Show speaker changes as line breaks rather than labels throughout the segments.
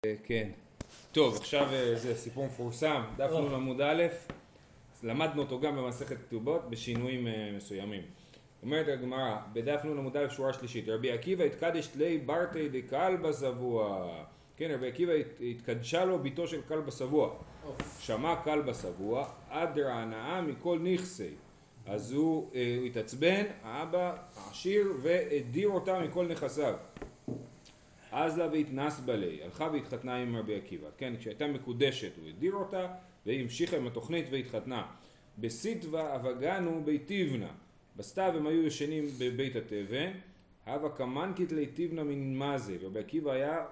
כן. טוב, עכשיו זה סיפור מפורסם, דף נ' עמוד א', למדנו אותו גם במסכת כתובות בשינויים מסוימים. אומרת הגמרא, בדף נ' עמוד א' שורה שלישית, רבי עקיבא התקדש לי ברתי דכלבא שבוע. כן, רבי עקיבא התקדשה לו ביתו של כלבא שבוע. שמע כלבא שבוע, אדרא הנאה מכל נכסי. אז הוא התעצבן, האבא העשיר, והדיר אותה מכל נכסיו. אז לה והתנס בלי, הלכה והתחתנה עם רבי עקיבא. כן, כשהייתה מקודשת הוא הדיר אותה, והיא המשיכה עם התוכנית והתחתנה. בסיטווה אבגנו בית תיבנה. בסתיו הם היו ישנים בבית התבן. הווה כמנקית לי תיבנה מן מזה. רבי עקיבא היה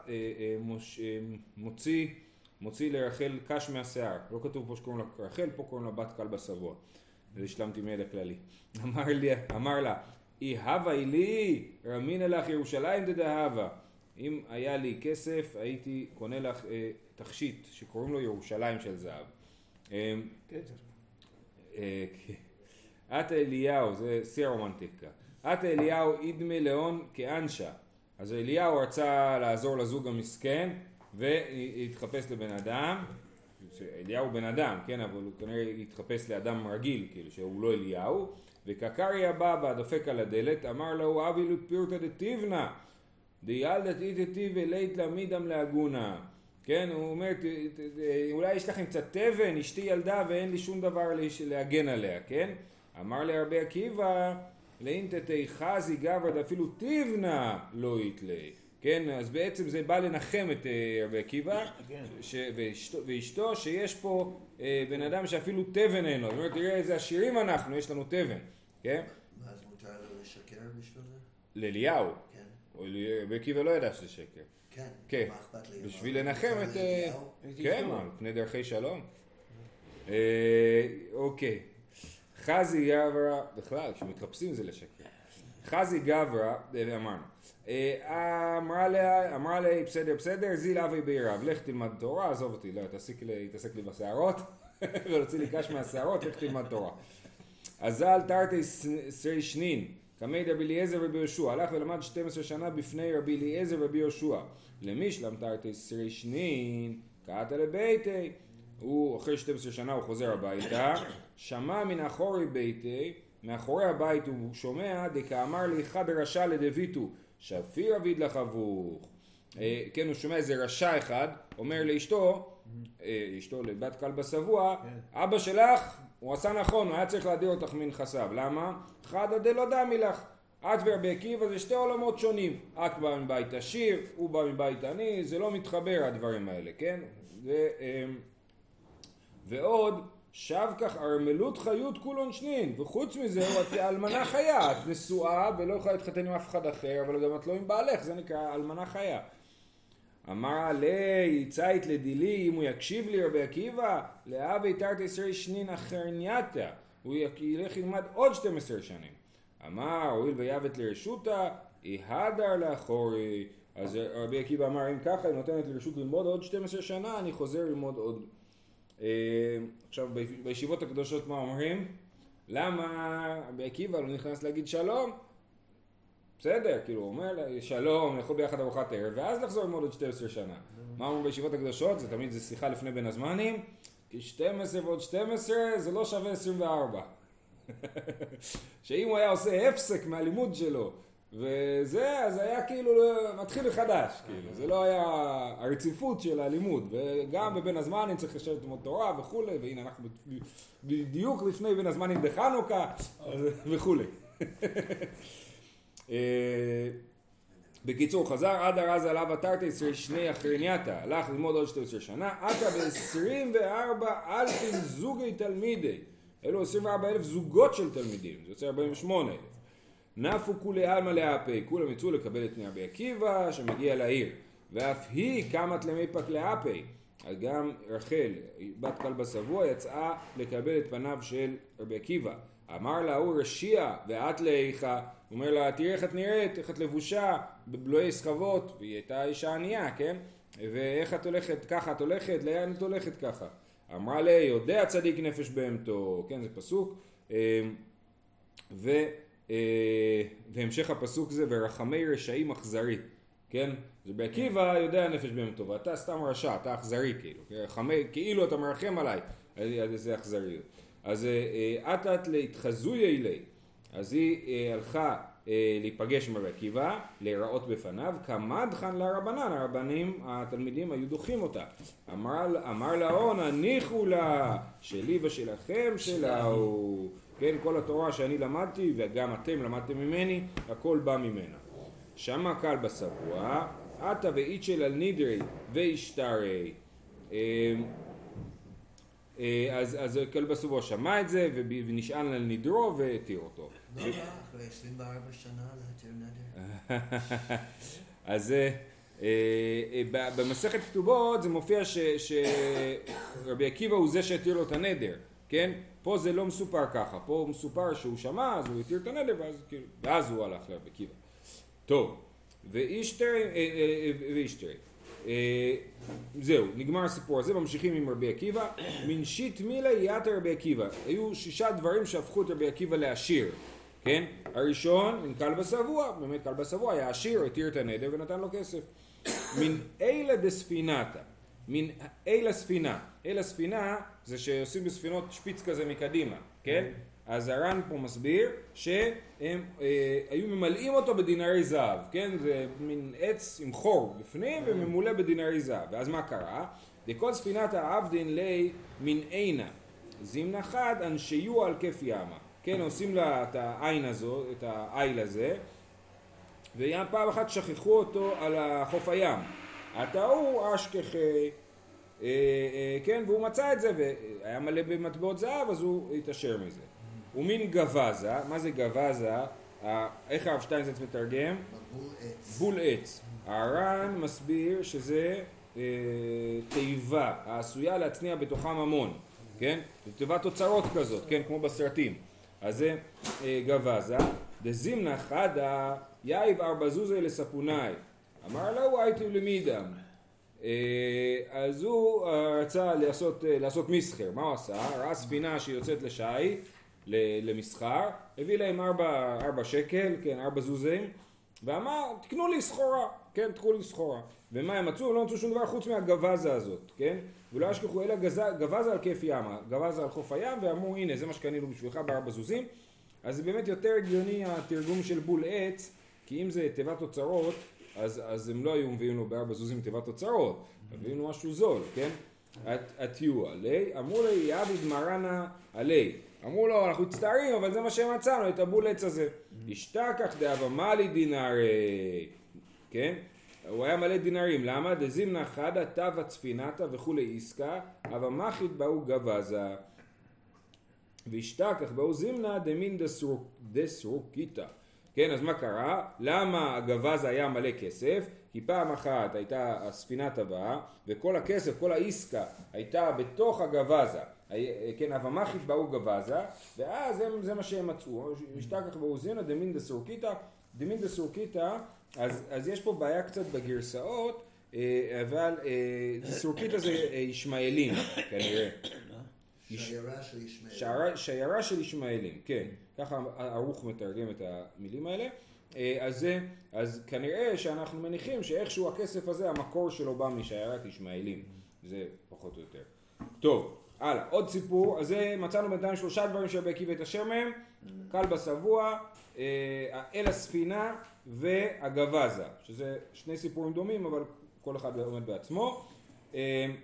מוציא לרחל קש מהשיער. לא כתוב פה שקוראים לה רחל, פה קוראים לה בת כלבא שבוע. זה השלמתי מידע כללי. אמר לה, אי הווה לי, רמינא לך ירושלים דדהבה. אם היה לי כסף, הייתי קונה לך תכשיט שקוראים לו ירושלים של זהב. את אליהו, זה שיא הרומנטיקה. את אליהו אידמה לאון כאנשה. אז אליהו רצה לעזור לזוג המסכן והתחפש לבן אדם. אליהו בן אדם, כן, אבל הוא כנראה התחפש לאדם רגיל, כאילו שהוא לא אליהו. וקקריה בא דופק על הדלת, אמר לו אבי לפירתא דתיבנה. דיילדת איתתי ולית למידם להגונה. כן, הוא אומר, אולי יש לכם קצת תבן, אשתי ילדה ואין לי שום דבר להגן עליה, כן? אמר לרבי עקיבא, לאינתתי חזי גברד אפילו תיבנה לא יתלי. כן, אז בעצם זה בא לנחם את רבי עקיבא, ואשתו שיש פה בן אדם שאפילו תבן אין לו. זאת אומרת, תראה איזה עשירים אנחנו, יש לנו תבן, כן?
מה, אז מותר לו לשקר בשביל זה?
לאליהו. רבי עקיבא לא ידע שזה שקר.
כן, מה אכפת לי?
בשביל לנחם את... כן, פני דרכי שלום. אוקיי. חזי גברא, בכלל, כשמתחפשים זה לשקר. חזי גברא, אמרנו. אמרה לי, בסדר, זיל אבי בירב, לך תלמד תורה, עזוב אותי, לא, תעסק לי בשערות, ולהוציא לי קש מהשערות, לך תלמד תורה. אזל תרתי סרי שנין. כמי רבי אליעזר רבי יהושע, הלך ולמד 12 שנה בפני רבי אליעזר רבי יהושע. למישלם תרתי סרי שנין, קעתה לביתי. הוא אחרי 12 שנה הוא חוזר הביתה, שמע מן אחורי ביתי, מאחורי הבית הוא שומע, דקאמר לי אחד רשע לדביתו, שפיר אביד לחבוך. כן, הוא שומע איזה רשע אחד, אומר לאשתו, לבת כלבא שבוע, אבא שלך, הוא עשה נכון, הוא היה צריך להדיר אותך מנכסיו. למה? חדא דלא דמי לך. את ורבי עקיבא זה שתי עולמות שונים. את באה מבית עשיר, הוא בא מבית עני, זה לא מתחבר הדברים האלה, כן? ועוד, שב כך ארמלות חיות כולון שנין, וחוץ מזה את אלמנה חיה, את נשואה ולא יכולה להתחתן עם אף אחד אחר, אבל גם את לא עם בעלך, זה נקרא אלמנה חיה. אמר עלי, צאית לדילי, אם הוא יקשיב לי רבי עקיבא, לאבי תרתי סרי שנין אחרנייתא, הוא ילך ללמד עוד 12 שנים. אמר, הואיל ויבת לרשותה, יהדר לאחורי. אז רבי עקיבא אמר, אם ככה, היא נותנת לרשות ללמוד עוד 12 שנה, אני חוזר ללמוד עוד. עכשיו, בישיבות הקדושות מה אומרים? למה רבי עקיבא לא נכנס להגיד שלום? בסדר, כאילו הוא אומר לה, שלום, נאכול ביחד ארוחת ערב, ואז לחזור ללמוד עוד 12 שנה. מה אומרים בישיבות הקדושות? זה תמיד זה שיחה לפני בין הזמנים, כי 12 ועוד 12 זה לא שווה 24. שאם הוא היה עושה הפסק מהלימוד שלו, וזה, אז היה כאילו מתחיל מחדש, כאילו, זה לא היה הרציפות של הלימוד, וגם בבין הזמנים צריך לשבת ללמוד תורה וכולי, והנה אנחנו בדיוק לפני בין הזמנים בחנוכה, וכולי. בקיצור, חזר עד הרז עליו התרתי שני אחרנייתא, הלך ללמוד עוד 12 שנה, עתה ב-24,000 זוגי תלמידי, אלו 24,000 זוגות של תלמידים, זה יוצא 48,000. נפו כולי עלמא לאפי, כולם יצאו לקבל את רבי עקיבא שמגיע לעיר, ואף היא קמת למי פק לאפי, אז גם רחל, בת כלבא שבוע, יצאה לקבל את פניו של רבי עקיבא. אמר לה, הוא רשיע, ואת לאיכה, הוא אומר לה, תראה איך את נראית, איך את לבושה, בבלועי סחבות, והיא הייתה אישה ענייה, כן? ואיך את הולכת ככה, את הולכת, לאן את הולכת ככה? אמרה לה, יודע צדיק נפש בהמתו, כן, זה פסוק, והמשך הפסוק זה, ורחמי רשעים אכזרי, כן? אז רבי עקיבא יודע נפש בהמתו, ואתה סתם רשע, אתה אכזרי כאילו אתה מרחם עליי, זה אכזריות. אז אטת להתחזוי אלי, אז היא הלכה להיפגש עם רבי עקיבא, להיראות בפניו, כמדחן לרבנן, הרבנים, התלמידים היו דוחים אותה. אמר להון, הניחו לה, שלי ושלכם שלה הוא, כן, כל התורה שאני למדתי וגם אתם למדתם ממני, הכל בא ממנה. שמה קל בסבוע, עתה ואיצ'ל על נידרי ואישתרי. אז קל בסבוע שמע את זה ונשען על נדרו והתיר אותו.
לא, אחרי 24 שנה להתיר נדר.
אז במסכת כתובות זה מופיע שרבי עקיבא הוא זה שהתיר לו את הנדר, כן? פה זה לא מסופר ככה, פה מסופר שהוא שמע, אז הוא התיר את הנדר ואז הוא הלך לרבי עקיבא. טוב, ואישתרי, זהו, נגמר הסיפור הזה, ממשיכים עם רבי עקיבא. מנשית מילה יתר רבי עקיבא. היו 6 דברים שהפכו את רבי עקיבא לעשיר, כן? הראשון, מן קל בסבוע, באמת קל בסבוע היה עשיר, התיר את הנדר ונתן לו כסף. מן אילה דספינתה, מן אילה ספינה. אילה ספינה זה שעושים בספינות שפיץ כזה מקדימה, כן? אז הר"ן פה מסביר שהם היו ממלאים אותו בדינרי זהב, כן? זה מין עץ עם חור בפנים וממולא בדינרי זהב. ואז מה קרה? דכל ספינת העבדין לי מן עינה, זימנה חד אנשיו על כיף ימה. כן, עושים לה את העין הזו, את העיל הזה, ופעם אחת שכחו אותו על חוף הים. אתה הוא אשכחי, כן, והוא מצא את זה והיה מלא במטבעות זהב, אז הוא התעשר מזה. ומין גבזה, מה זה גבזה? איך הרב שטיינזלץ מתרגם? בול עץ. הר"ן מסביר שזה תיבה, העשויה להצניע בתוכה ממון, כן? זו תיבת אוצרות כזאת, כן? כמו בסרטים. אז זה גבזה. דזימנה חדה יאיב ארבע זוזי לספונאי. אמר לו הייתי למידם. אז הוא רצה לעשות מסחר. מה הוא עשה? ראה ספינה שיוצאת לשי, למסחר, הביא להם 4 שקל, כן, 4 זוזים, ואמר, תקנו לי סחורה, כן, תקנו לי סחורה. ומה הם מצאו? הם לא מצאו שום דבר חוץ מהגבזה הזאת, כן? ולא ישכחו אלא גבזה על כיף ימה, גבזה על חוף הים, ואמרו, הנה, זה מה שקנינו בשבילך ב4 זוזים. אז זה באמת יותר הגיוני התרגום של בול עץ, כי אם זה תיבת אוצרות, אז הם לא היו מביאים לו ב4 זוזים תיבת אוצרות, מביאים לו משהו זול, כן? התיו עלי, אמרו לי, יעביד מרנה עלי. אמרו לו, אנחנו מצטערים, אבל זה מה שמצאנו, את הבול עץ הזה. השתכח דאבמלי דינרי, כן? הוא היה מלא דינרים, למה? דזימנה חדה תווה צפינתה וכולי עסקה, אבמחית באו גבזה. והשתכח באו זימנה דמין דסרוקיתה. כן, אז מה קרה? למה הגבזה היה מלא כסף? כי פעם אחת הייתה הספינה טבעה, וכל הכסף, כל העסקה הייתה בתוך הגבזה. כן, אבמחית באו גבזה, ואז זה מה שהם מצאו. השתכח באו זימנה דמין דסרוקיתה. דמין דסרוקיתה, אז יש פה בעיה קצת בגרסאות, אבל דסרוקיתה זה ישמעאלים, כנראה.
שיירה של ישמעאלים.
שיירה של ישמעאלים, כן. ככה ערוך מתרגם את המילים האלה. אז כנראה שאנחנו מניחים שאיכשהו הכסף הזה, המקור שלו בא משיירת ישמעאלים. זה פחות או יותר. טוב, הלאה. עוד סיפור. אז מצאנו בינתיים 3 דברים שרבי עקיבא התעשר מהם. קל בסבוע, אל הספינה והגבזה. שזה 2 סיפורים דומים, אבל כל אחד עומד בעצמו.
וגם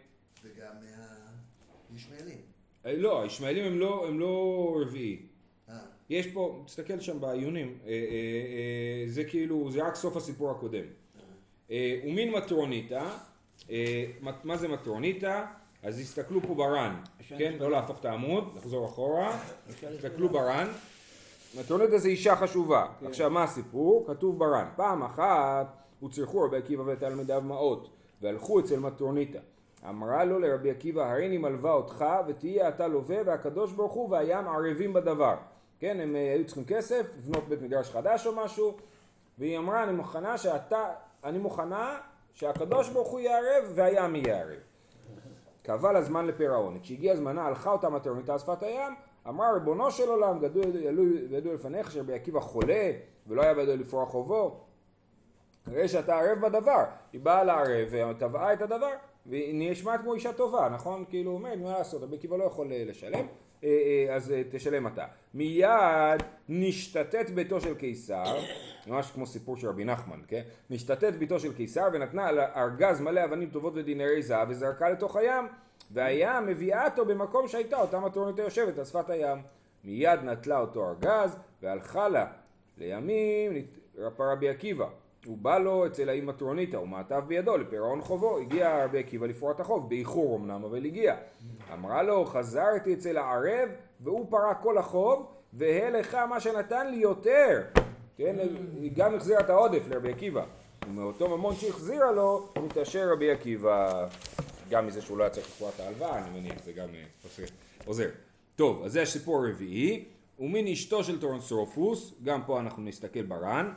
מהישמעאלים.
לא, הישמעאלים הם לא רביעי. יש פה, תסתכל שם בעיונים, זה כאילו, זה רק סוף הסיפור הקודם. ומין מטרוניתה, מה זה מטרוניתה? אז הסתכלו פה ברן, כן? לא להפוך את העמוד, לחזור אחורה, הסתכלו ברן. מטרוניתה זה אישה חשובה. עכשיו מה הסיפור? כתוב ברן. פעם אחת הוצרכו רבי עקיבא ותלמידיו מעות, והלכו אצל מטרוניתה. אמרה לו לרבי עקיבא, הריני מלווה אותך ותהיה אתה לווה, והקדוש ברוך הוא והים ערבים בדבר. כן, הם היו צריכים כסף, לבנות בית מדרש חדש או משהו, והיא אמרה, אני מוכנה שהקדוש ברוך הוא יערב והים יערב. קבע לה זמן לפירעון. כשהגיע זמנה, הלכה אותה מטרוניתה על שפת הים, אמרה, ריבונו של עולם, גדול לפניך שרבי עקיבא חולה, ולא היה בידו לפרוע חובו. אחרי שאתה ערב בדבר, היא באה לערב וטבעה את הדבר, והיא נשמעת כמו אישה טובה, נכון? כאילו, אומר, מה לעשות, רבי עקיבא לא יכול לשלם, אז תשלם אתה. מיד נשתתת ביתו של קיסר, ממש כמו סיפור של רבי נחמן, כן? נשתתת ביתו של קיסר ונתנה על ארגז מלא אבנים טובות ודינרי זהב וזרקה לתוך הים, והים מביאה אותו במקום שהייתה אותה מטרונית היושבת על שפת הים. מיד נטלה אותו ארגז והלכה לה לימים רבי עקיבא. הוא בא לו אצל האמא מטרוניתא, הוא מעטב בידו לפירעון חובו. הגיע רבי עקיבא לפרוע את החוב, באיחור אמנם, אבל הגיע. אמרה לו, חזרתי אצל הערב והוא פרע כל החוב, והלך מה שנתן לי יותר. כן, היא גם החזירה את העודף לרבי עקיבא. ומאותו ממון שהחזירה לו, מתעשר רבי עקיבא. גם מזה שהוא לא היה צריך לפרוע את ההלוואה, אני מניח, זה גם עוזר. טוב, אז זה הסיפור הרביעי. ומין אשתו של טורנסרופוס, גם פה אנחנו נסתכל ברן,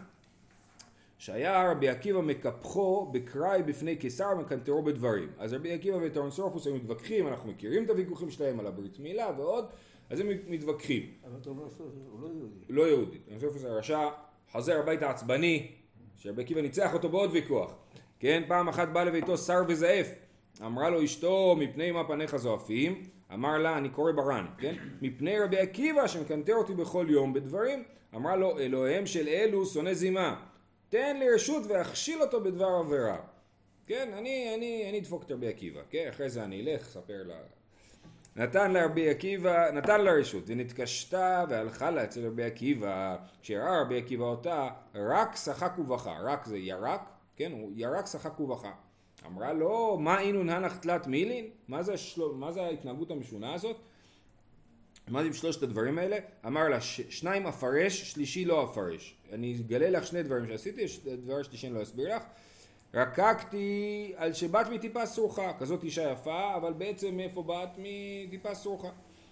שהיה רבי עקיבא מקפחו בקראי בפני קיסר ומקנטרו בדברים. אז רבי עקיבא וטורנסרופוס הם מתווכחים, אנחנו מכירים את הוויכוחים שלהם על הברית מילה ועוד, אז הם מתווכחים.
אבל טורנסרופוס הוא לא יהודי.
לא יהודי. טורנסרופוס הרשע חוזר הביתה עצבני, שרבי עקיבא ניצח אותו בעוד ויכוח. כן, פעם אחת בא לביתו שר וזעף. אמרה לו אשתו, מפני מה פניך זועפים? אמר לה, אני קורא ברן, כן? מפני רבי עקיבא שמקנטר אותי בכל יום בדברים. אמרה לו, אלוהיהם של אלו שונא זימה. תן לי רשות ואכשיל אותו בדבר עבירה. כן, אני אדפוק את רבי עקיבא, כן? אחרי זה אני אלך, ספר לה. נתן לה רשות, ונתקשתה והלכה לה אצל רבי עקיבא. כשראה רבי עקיבא אותה, רק שחק ובכה. רק זה ירק, כן? הוא ירק שחק ובכה. אמרה לו, מה אינון הנך תלת מילין? מה זה ההתנהגות המשונה הזאת? מה זה עם שלושת הדברים האלה? אמר לה, שניים אפרש, שלישי לא אפרש. אני אגלה לך שני דברים שעשיתי, דבר שלישי אני לא אסביר לך. רקקתי על שבת מטיפה סרוחה, כזאת אישה יפה, אבל בעצם מאיפה באת? מטיפה סרוחה.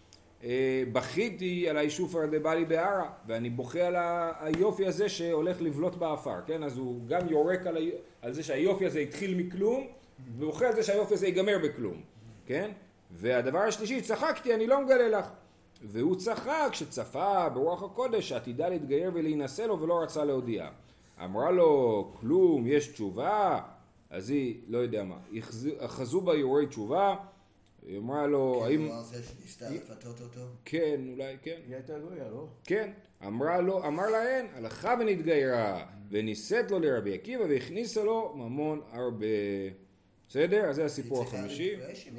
בכיתי על היישוף הרדבלי בערה, ואני בוכה על היופי הזה שהולך לבלוט באפר, כן? אז הוא גם יורק על זה שהיופי הזה התחיל מכלום, ובוכה על זה שהיופי הזה ייגמר בכלום, כן? והדבר השלישי, צחקתי, אני לא מגלה לך. והוא צחק שצפה ברוח הקודש שעתידה להתגייר ולהינשא לו ולא רצה להודיע. אמרה לו, כלום, יש תשובה? אז היא, לא יודע מה, אחזו בה יורי תשובה. היא אמרה לו, האם...
כאילו על זה שניסתה לפתות אותו?
כן, אולי כן.
היא הייתה גויה, לא?
כן. אמר להן, הלכה ונתגיירה, ונישאת לו לרבי עקיבא והכניסה לו ממון הרבה. בסדר? אז זה הסיפור החמישי.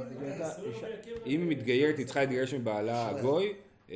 אם היא מתגיירת, היא צריכה להתגיירש מבעלה הגוי.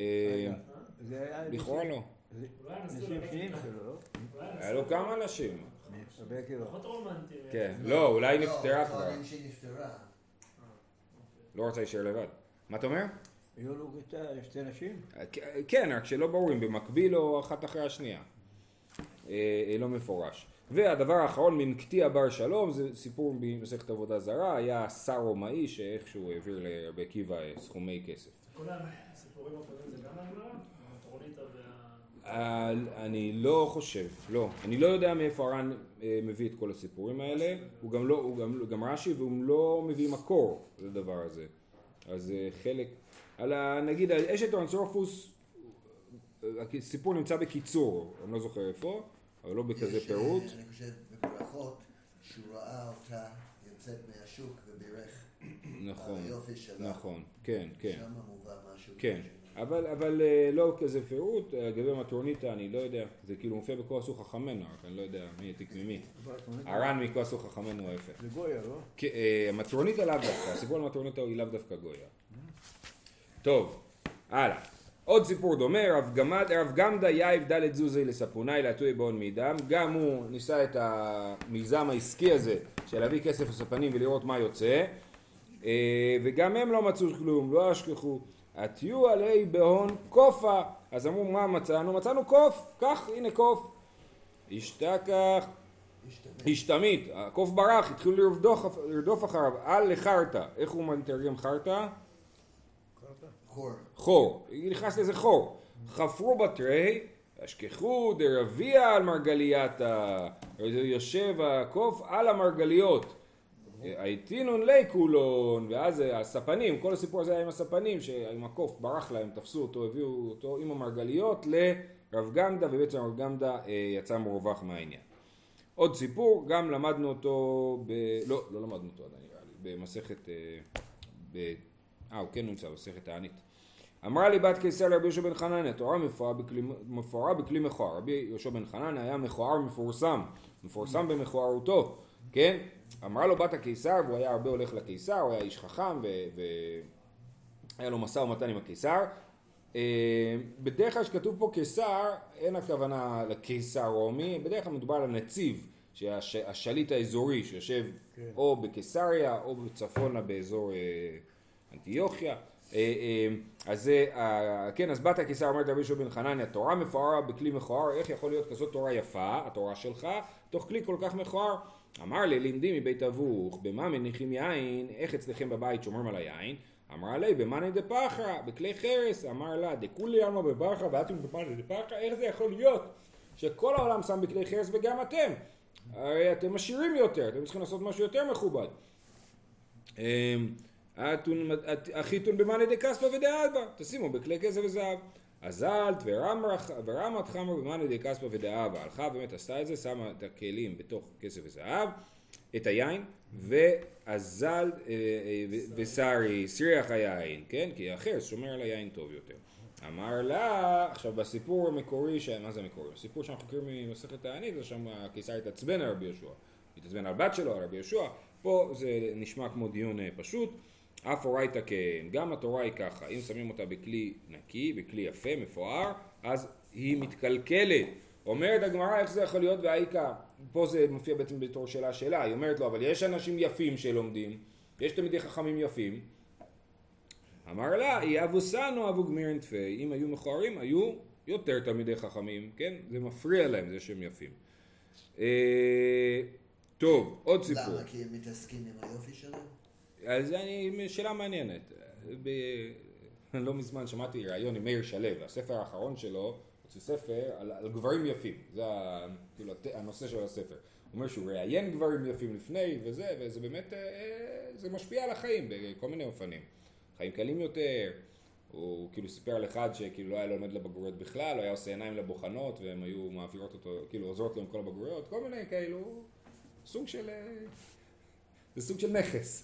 לכאורה לא.
נשים שניים שלו, לא?
היה לו כמה נשים.
רבי עקיבא.
פחות רומנטי.
כן. לא, אולי נפטרה כבר.
לא, שהיא נפטרה.
לא רוצה להישאר לבד. מה אתה אומר?
היו לו שתי נשים?
כן, רק שלא ברור אם במקביל או אחת אחרי השנייה. לא מפורש. והדבר האחרון, מנקטיה בר שלום, זה סיפור במסכת עבודה זרה, היה שר רומאי שאיכשהו העביר לרבי עקיבא סכומי כסף.
כל הסיפורים הקודמים זה גם הגמרא? המטרוניתא
אני לא חושב, לא. אני לא יודע מאיפה הר"ן מביא את כל הסיפורים האלה. הוא גם רש"י, והוא לא מביא מקור לדבר הזה. אז חלק, נגיד, על אשת טורנסרופוס, הסיפור נמצא בקיצור, אני לא זוכר איפה, אבל לא בכזה פירוט.
אני חושב בברכות, שהוא ראה אותה יוצאת מהשוק ובירך
נכון,
על היופי שלה.
נכון, כן, כן.
שם מובא משהו.
כן, אבל לא כזה פירוט, לגבי מטרוניתא אני לא יודע, זה כאילו מופיע בכל עשו חכמנו, רק אני לא יודע מי העתיק ממי. הר"ן מכל עשו חכמנו ההפך.
זה גויה, לא?
מטרוניתא לאו דווקא, הסיפור על מטרוניתא היא לאו דווקא גויה. טוב, הלאה. עוד סיפור דומה, רב גמדא יאיב דלת זוזי לספונאי להטוי בעון מידם, גם הוא ניסה את המיזם העסקי הזה של להביא כסף לספנים ולראות מה יוצא, וגם הם לא מצאו כלום, לא השכחו. עטיו עלי בהון קופה, אז אמרו מה מצאנו? מצאנו קוף, כך הנה קוף. השתכח, השתמית, הקוף ברח, התחילו לרדוף אחריו, על לחרטה. איך הוא מתרגם חרטה? חור, היא נכנס לאיזה חור. חפרו בתרי, השכחו דרביע על מרגלייתה, יושב הקוף על המרגליות. הייתינון לי כולון, ואז הספנים, כל הסיפור הזה היה עם הספנים, שעם הקוף ברח להם, תפסו אותו, הביאו אותו עם המרגליות לרב גמדא, ובעצם רב גמדא יצא מרווח מהעניין. עוד סיפור, גם למדנו אותו, לא למדנו אותו עדיין נראה לי, במסכת, הוא כן נמצא במסכת הענית. אמרה לי בת קיסר לרבי יהושע בן חנניה, תורה מפוארה בכלי מכוער. רבי יהושע בן חנניה היה מכוער מפורסם במכוערותו, כן? אמרה לו בת הקיסר, והוא היה הרבה הולך לקיסר, הוא היה איש חכם והיה לו משא ומתן עם הקיסר. בדרך כלל שכתוב פה קיסר, אין הכוונה לקיסר רומי, בדרך כלל מדובר על הנציב, שהשליט האזורי שיושב או בקיסריה או בצפונה באזור אנטיוכיה. אז כן, אז בת הקיסר אומרת רבי יהושע בן חנניה, תורה מפוארה בכלי מכוער, איך יכול להיות כזאת תורה יפה, התורה שלך, תוך כלי כל כך מכוער? אמר לי, לימדי מבית אבוך, במה מניחים יין, איך אצלכם בבית שומרים על היין? אמרה לי, במאני דפחרא, בכלי חרס. אמר לה, דכולי עלמא בפחרא ואתם במאני דפחרא, איך זה יכול להיות שכל העולם שם בכלי חרס וגם אתם? הרי אתם עשירים יותר, אתם צריכים לעשות משהו יותר מכובד. החיתון במאני דכספא ודאהבה, תשימו בכלי כסף וזהב. אזלת ורמת חמר במאני דכספא ודאהבה, הלכה באמת עשתה את זה, שמה את הכלים בתוך כסף וזהב, את היין, ואזל וסרי, סריח היין, כן? כי החרס שומר על היין טוב יותר. אמר לה, עכשיו בסיפור המקורי, מה זה המקורי? הסיפור שאנחנו מכירים ממסכת הענית, זה שם הקיסר התעצבן על רבי יהושע, התעצבן על בת שלו, על רבי יהושע. פה זה נשמע כמו דיון פשוט. אף אורייתא כן, גם התורה היא ככה, אם שמים אותה בכלי נקי, בכלי יפה, מפואר, אז היא מתקלקלת. אומרת הגמרא, איך זה יכול להיות? והאיקה, פה זה מופיע בעצם בתור שאלה, היא אומרת לו, אבל יש אנשים יפים שלומדים, יש תלמידי חכמים יפים. אמר לה, יבוסנו אבו גמירין תפי, אם היו מכוערים, היו יותר תלמידי חכמים, כן? זה מפריע להם, זה שהם יפים. טוב, עוד סיפור.
למה? כי הם מתעסקים עם היופי שלהם?
אז שאלה מעניינת. לא מזמן שמעתי ראיון עם מאיר שלו, הספר האחרון שלו, זה ספר על גברים יפים, זה כאילו הנושא של הספר. הוא אומר שהוא ראיין גברים יפים לפני וזה באמת, זה משפיע על החיים בכל מיני אופנים. חיים קלים יותר, הוא כאילו סיפר על אחד שכאילו לא היה לומד לבגרויות בכלל, הוא היה עושה עיניים לבוחנות והם היו מעבירות אותו, כאילו עוזרות לו עם כל הבגרויות, כל מיני כאילו, זה סוג של נכס.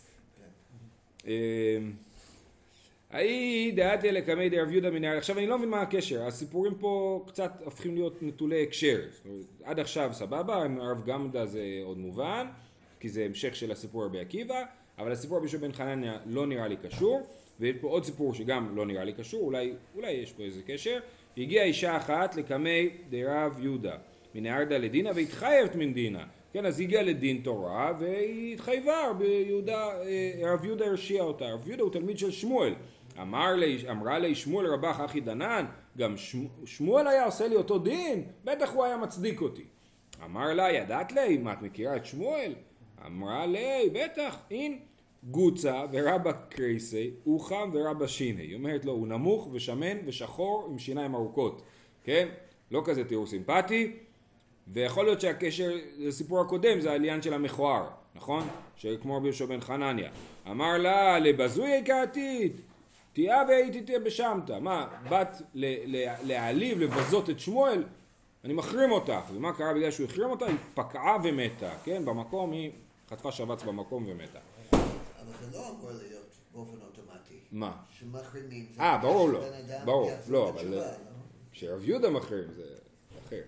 היי דעתי לקמי דרב יהודה מנהר. עכשיו אני לא מבין מה הקשר, הסיפורים פה קצת הופכים להיות נטולי הקשר. עד עכשיו סבבה, עם הרב גמדה זה עוד מובן, כי זה המשך של הסיפור רבי עקיבא, אבל הסיפור רבי יהושע בן חנניה לא נראה לי קשור, ויש פה עוד סיפור שגם לא נראה לי קשור, אולי יש פה איזה קשר. הגיעה אישה אחת לקמי דרב יהודה מנהרדה לדינה והתחייבת מן דינה. כן, אז הגיעה לדין תורה והיא התחייבה, רב יהודה הרשיע אותה. רב יהודה הוא תלמיד של שמואל. אמרה לי שמואל רבך אחי דנן, גם שמואל היה עושה לי אותו דין, בטח הוא היה מצדיק אותי. אמר לה, ידעת לי, מה את מכירה את שמואל? אמרה לי, בטח, אין גוצה ורבא קרייסי, אוחם ורבא שיני. היא אומרת לו, הוא נמוך ושמן ושחור עם שיניים ארוכות. כן? לא כזה תיאור סימפטי. ויכול להיות שהקשר לסיפור הקודם זה העליין של המכוער, נכון? שכמו רבי יהושע בן חנניה. אמר לה, לבזוי הכרתית, תהיה והייתי תהיה בשמתה. מה, באת להעליב, לבזות את שמואל? אני מחרים אותך. ומה קרה בגלל שהוא החרים אותה? היא פקעה ומתה, כן? במקום היא חטפה שבץ במקום ומתה.
אבל זה לא אמור להיות באופן אוטומטי.
מה?
שמחרימים.
ברור לא. ברור, לא, אבל שרב יהודה מחרים זה אחר.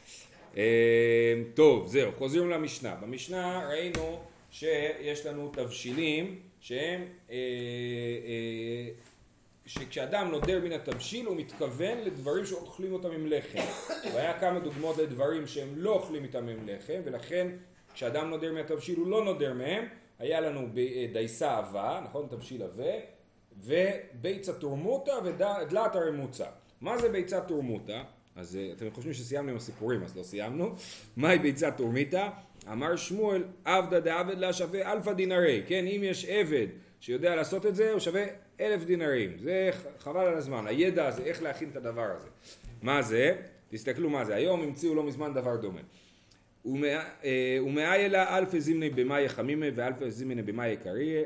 טוב, זהו, חוזרים למשנה. במשנה ראינו שיש לנו תבשילים שהם, שכשאדם נודר מן התבשיל הוא מתכוון לדברים שאוכלים אותם עם לחם. והיה כמה דוגמאות לדברים שהם לא אוכלים איתם עם לחם, ולכן כשאדם נודר מן התבשיל הוא לא נודר מהם. היה לנו דייסה עבה, נכון? תבשיל עבה, וביצה תורמותה ודלת הרמוצה. מה זה ביצה תורמותה? אז אתם חושבים שסיימנו עם הסיפורים, אז לא סיימנו. מהי ביצה תורמיתה? אמר שמואל, עבדה דעבד לה שווה אלפא דינרי. כן, אם יש עבד שיודע לעשות את זה, הוא שווה 1,000 דינרים. זה חבל על הזמן. הידע הזה, איך להכין את הדבר הזה. מה זה? תסתכלו מה זה. היום המציאו לא מזמן דבר דומה. ומאי לה אלפי זימני במאי חמימה ואלפי זימני במאי קריה,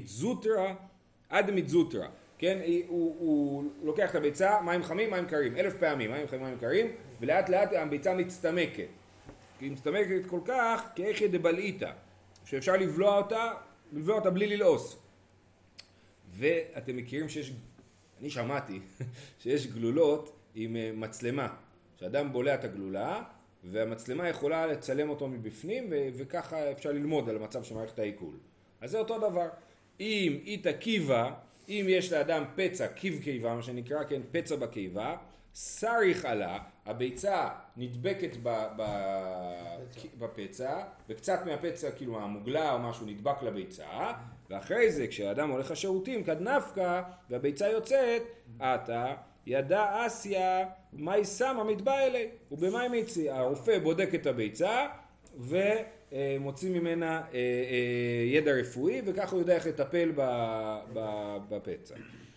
עד מיתזוטרה. כן, הוא לוקח את הביצה, מים חמים, מים קרים, 1,000 פעמים, מים חמים, מים קרים, ולאט לאט הביצה מצטמקת. היא מצטמקת כל כך כאיכא דבלעיתא, שאפשר לבלוע אותה בלי ללעוס. ואתם מכירים אני שמעתי שיש גלולות עם מצלמה, שאדם בולע את הגלולה, והמצלמה יכולה לצלם אותו מבפנים, וככה אפשר ללמוד על המצב של מערכת העיכול. אז זה אותו דבר. אם איתה קיבה, אם יש לאדם פצע, קיב קיבה, מה שנקרא, כן, פצע בקיבה, סריך עלה, הביצה נדבקת בפצע, וקצת מהפצע, כאילו המוגלה או משהו נדבק לביצה, ואחרי זה כשאדם הולך לשירותים, כד נפקא, והביצה יוצאת, אתה ידע אסיה, מי שמה מתבא אלי, ובמה מיצי? הרופא בודק את הביצה, ומוציא ממנה ידע רפואי, וכך הוא יודע איך לטפל בפצע.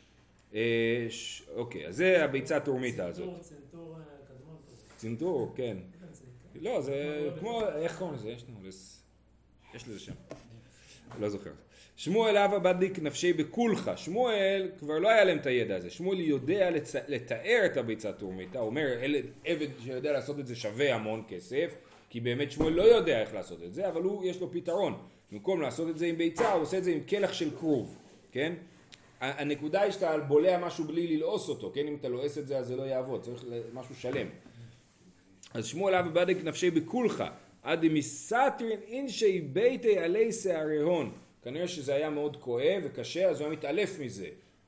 אוקיי, אז זה הביצה התורמיתא הזאת.
צנתור קדמון.
צנתור, כן. לא, זה כמו, איך קוראים לזה? יש לזה שם. לא זוכר. שמואל אבא בדיק נפשי בכולך. שמואל כבר לא היה להם את הידע הזה. שמואל יודע לתאר את הביצה התורמיתא. הוא אומר, עבד שיודע לעשות את זה שווה המון כסף, כי באמת שמואל לא יודע איך לעשות את זה, אבל יש לו פתרון. במקום לעשות את זה עם ביצה, הוא עושה את זה עם כלח של כרוב, כן? הנקודה היא שאתה בולע משהו בלי ללעוס אותו, כן? אם אתה לועס את זה, אז זה לא יעבוד, צריך משהו שלם. אז שמואל אבא בדיק נפשי בכולך. עד מסתרין אינשי ביתי עלי שערי הון. כנראה שזה היה מאוד כואב וקשה, אז הוא היה מתעלף מזה.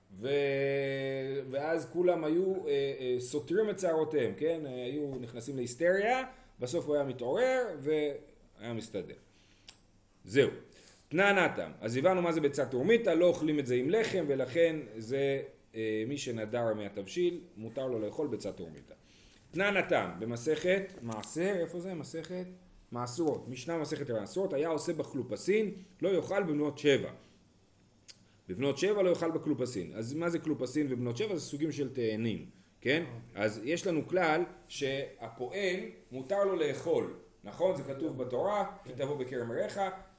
ואז כולם היו סותרים את שערותיהם, כן? היו נכנסים להיסטריה, בסוף הוא היה מתעורר והיה מסתדר. זהו. תנענתם. אז הבנו מה זה ביצה תורמיתא, לא אוכלים את זה עם לחם, ולכן זה מי שנדר מהתבשיל, מותר לו לאכול ביצה תורמיתא. תנענתם, במסכת מעשר, איפה זה? מסכת מעשרות. משנה מסכת מעשרות, היה עושה בקלופסין, לא יאכל בבנות שבע. בבנות שבע לא יאכל בקלופסין. אז מה זה קלופסין ובנות שבע? זה סוגים של תאנים, כן? אז יש לנו כלל שהפועל מותר לו לאכול. נכון? זה כתוב בתורה, כי תבוא בכרם עריך.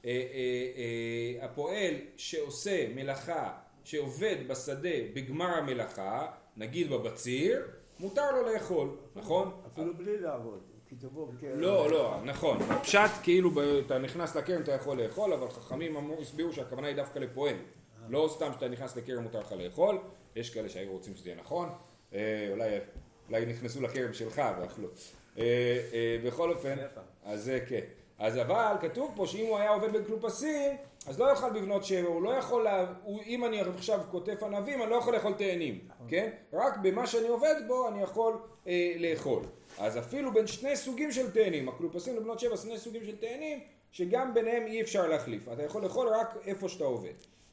הפועל שעושה מלאכה, שעובד בשדה בגמר המלאכה, נגיד בבציר, מותר לו לאכול, נכון?
אפילו בלי לעבוד, כי תבוא בכרם.
לא, נכון. הפשט כאילו אתה נכנס לכרם אתה יכול לאכול, אבל חכמים הסבירו שהכוונה היא דווקא לפועל. לא סתם שאתה נכנס לכרם מותר לך לאכול, יש כאלה שהיו רוצים שזה יהיה נכון, אולי נכנסו לכרם שלך ואכלו. בכל אופן, אז זה כן. אז אבל כתוב פה שאם הוא היה עובד בקלופסין, אז לא יאכל בבנות שבע, הוא לא יכול, אם אני עכשיו כותף ענבים, אני לא יכול לאכול תאנים, כן? רק במה שאני עובד בו אני יכול לאכול. אז אפילו בין שני סוגים של תאנים, הקלופסין ובנות שבע, שני סוגים של תאנים, שגם ביניהם אי אפשר להחליף. אתה יכול לאכול רק איפה שאתה עובד.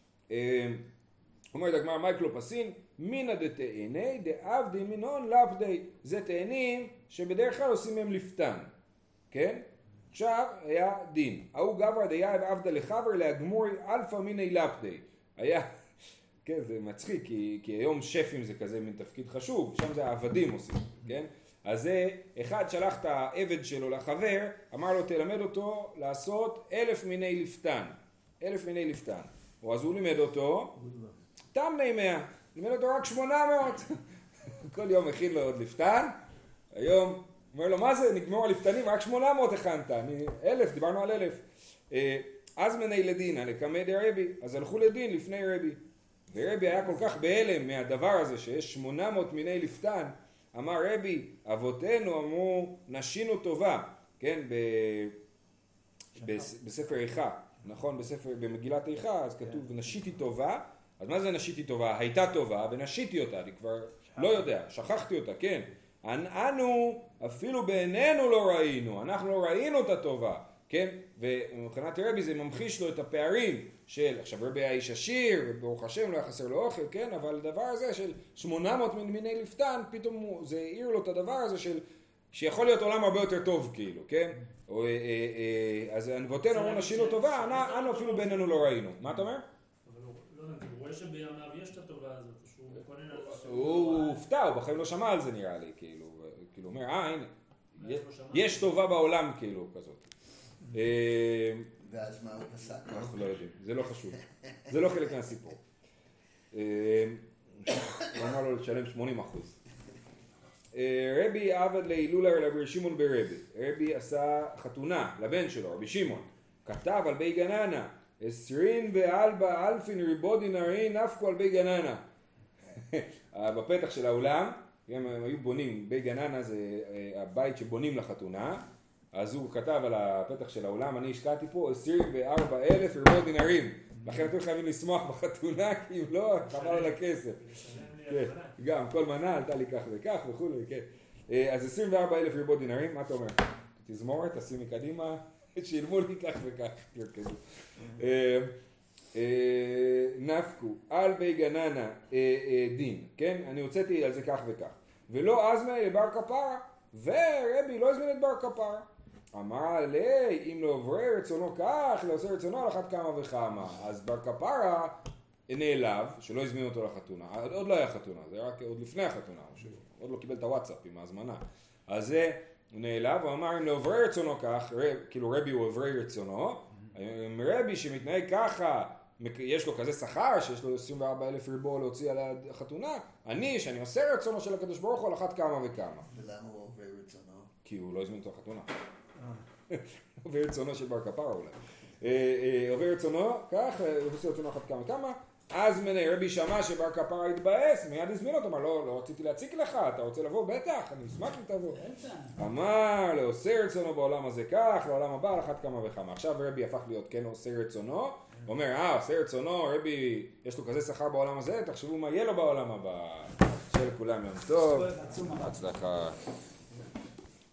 אומרת הגמרא, מהי קלופסין? מינא דתאני דעבדי מינון לפדי. זה תאנים שבדרך כלל עושים מהם לפתן, כן? עכשיו היה דין. ההוא גברא דייב עבדה לחבר להגמורי אלפא מיני לפדי. היה, כן, זה מצחיק, כי היום שפים זה כזה מין תפקיד חשוב, שם זה העבדים עושים, כן? אז זה, אחד שלח את העבד שלו לחבר, אמר לו תלמד אותו לעשות 1,000 מיני לפתן. 1,000 מיני לפתן. אז הוא לימד אותו, תמני 100, לימד אותו רק 800. כל יום הכין לו עוד לפתן, היום אומר לו מה זה, נגמרו הלפתנים, רק 800 הכנת, 1,000, דיברנו על 1,000. אז מני לדינא לקמא דרבי, אז הלכו לדין לפני רבי. ורבי היה כל כך בהלם מהדבר הזה שיש 800 מיני לפתן, אמר רבי, אבותינו אמרו נשינו טובה, כן, בספר איכה, נכון, במגילת איכה, אז כתוב נשיתי טובה, אז מה זה נשיתי טובה? הייתה טובה ונשיתי אותה, אני כבר לא יודע, שכחתי אותה, כן. אנו אפילו בעינינו לא ראינו, אנחנו לא ראינו את הטובה, כן? ומבחינת רבי זה ממחיש לו את הפערים של, עכשיו רבי היה איש עשיר, וברוך השם לא היה חסר לו אוכל, כן? אבל הדבר הזה של 800 מיני לפתן, פתאום זה העיר לו את הדבר הזה של, שיכול להיות עולם הרבה יותר טוב כאילו, כן? אז אבותינו אמרו נשינו טובה, אנו אפילו בעינינו לא ראינו. מה אתה אומר?
אבל הוא רואה שבימיו יש את הטובה הזאת, שהוא מקונן על זה.
הוא הופתע, הוא בחיים לא שמע על זה נראה לי, כאילו אומר, הנה, יש טובה בעולם כאילו כזאת.
ואז מה הוא פסק?
אנחנו לא יודעים, זה לא חשוב, זה לא חלק מהסיפור. הוא אמר לו לשלם 80%. רבי עבד להילולה רבי שמעון ברבי. רבי עשה חתונה לבן שלו, רבי שמעון. כתב על בי גננה, 24,000 ריבו דינרים נפקו על בי גננה. בפתח של האולם, הם היו בונים, בי גננה זה הבית שבונים לחתונה, אז הוא כתב על הפתח של האולם, אני השקעתי פה 24,000 ריבו דינרים. לכן אתם חייבים לשמוח בחתונה, כי אם לא, חבל על הכסף. גם, כל מנה עלתה לי כך וכך וכו'. אז 24,000 ריבו דינרים, מה אתה אומר? תזמורת, תשים מקדימה, שילמו לי כך וכך. נפקו, על בי גננה דין, כן? אני הוצאתי על זה כך וכך. ולא אזמן לבר כפרה, ורבי לא הזמין את בר כפרה. אמר לי, אם לא עוברי רצונו כך, לא עושה רצונו על אחת כמה וכמה. אז בר כפרה נעלב, שלא הזמין אותו לחתונה. עוד לא היה חתונה, זה רק עוד לפני החתונה, עוד לא קיבל את הוואטסאפ עם ההזמנה. אז זה נעלב, הוא אמר, אם לא עוברי רצונו כך, כאילו רבי הוא עוברי רצונו, אם רבי שמתנהג ככה, יש לו כזה שכר, שיש לו 24,000 ריבו להוציא על החתונה, שאני עושה רצונו של הקדוש ברוך הוא על אחת כמה וכמה.
ולמה הוא עובר רצונו?
כי הוא לא הזמין אותו לחתונה. עובר רצונו של בר כפרה אולי. עובר רצונו, כך, הוא עושה רצונו אחת כמה וכמה, אז רבי שמע שבר כפרה התבאס, מיד הזמין אותו, אמר, לא רציתי להציק לך, אתה רוצה לבוא? בטח, אני אשמח אם תבוא. אמר, לא עושה רצונו בעולם הזה כך, לעולם הבא על אחת כמה וכמה. עכשיו רבי הפך להיות כן עושה רצונו, הוא אומר, עושה רצונו, רבי, יש לו כזה שכר בעולם הזה, תחשבו מה יהיה לו בעולם הבא. שיהיה לכולם יום טוב, הצלחה.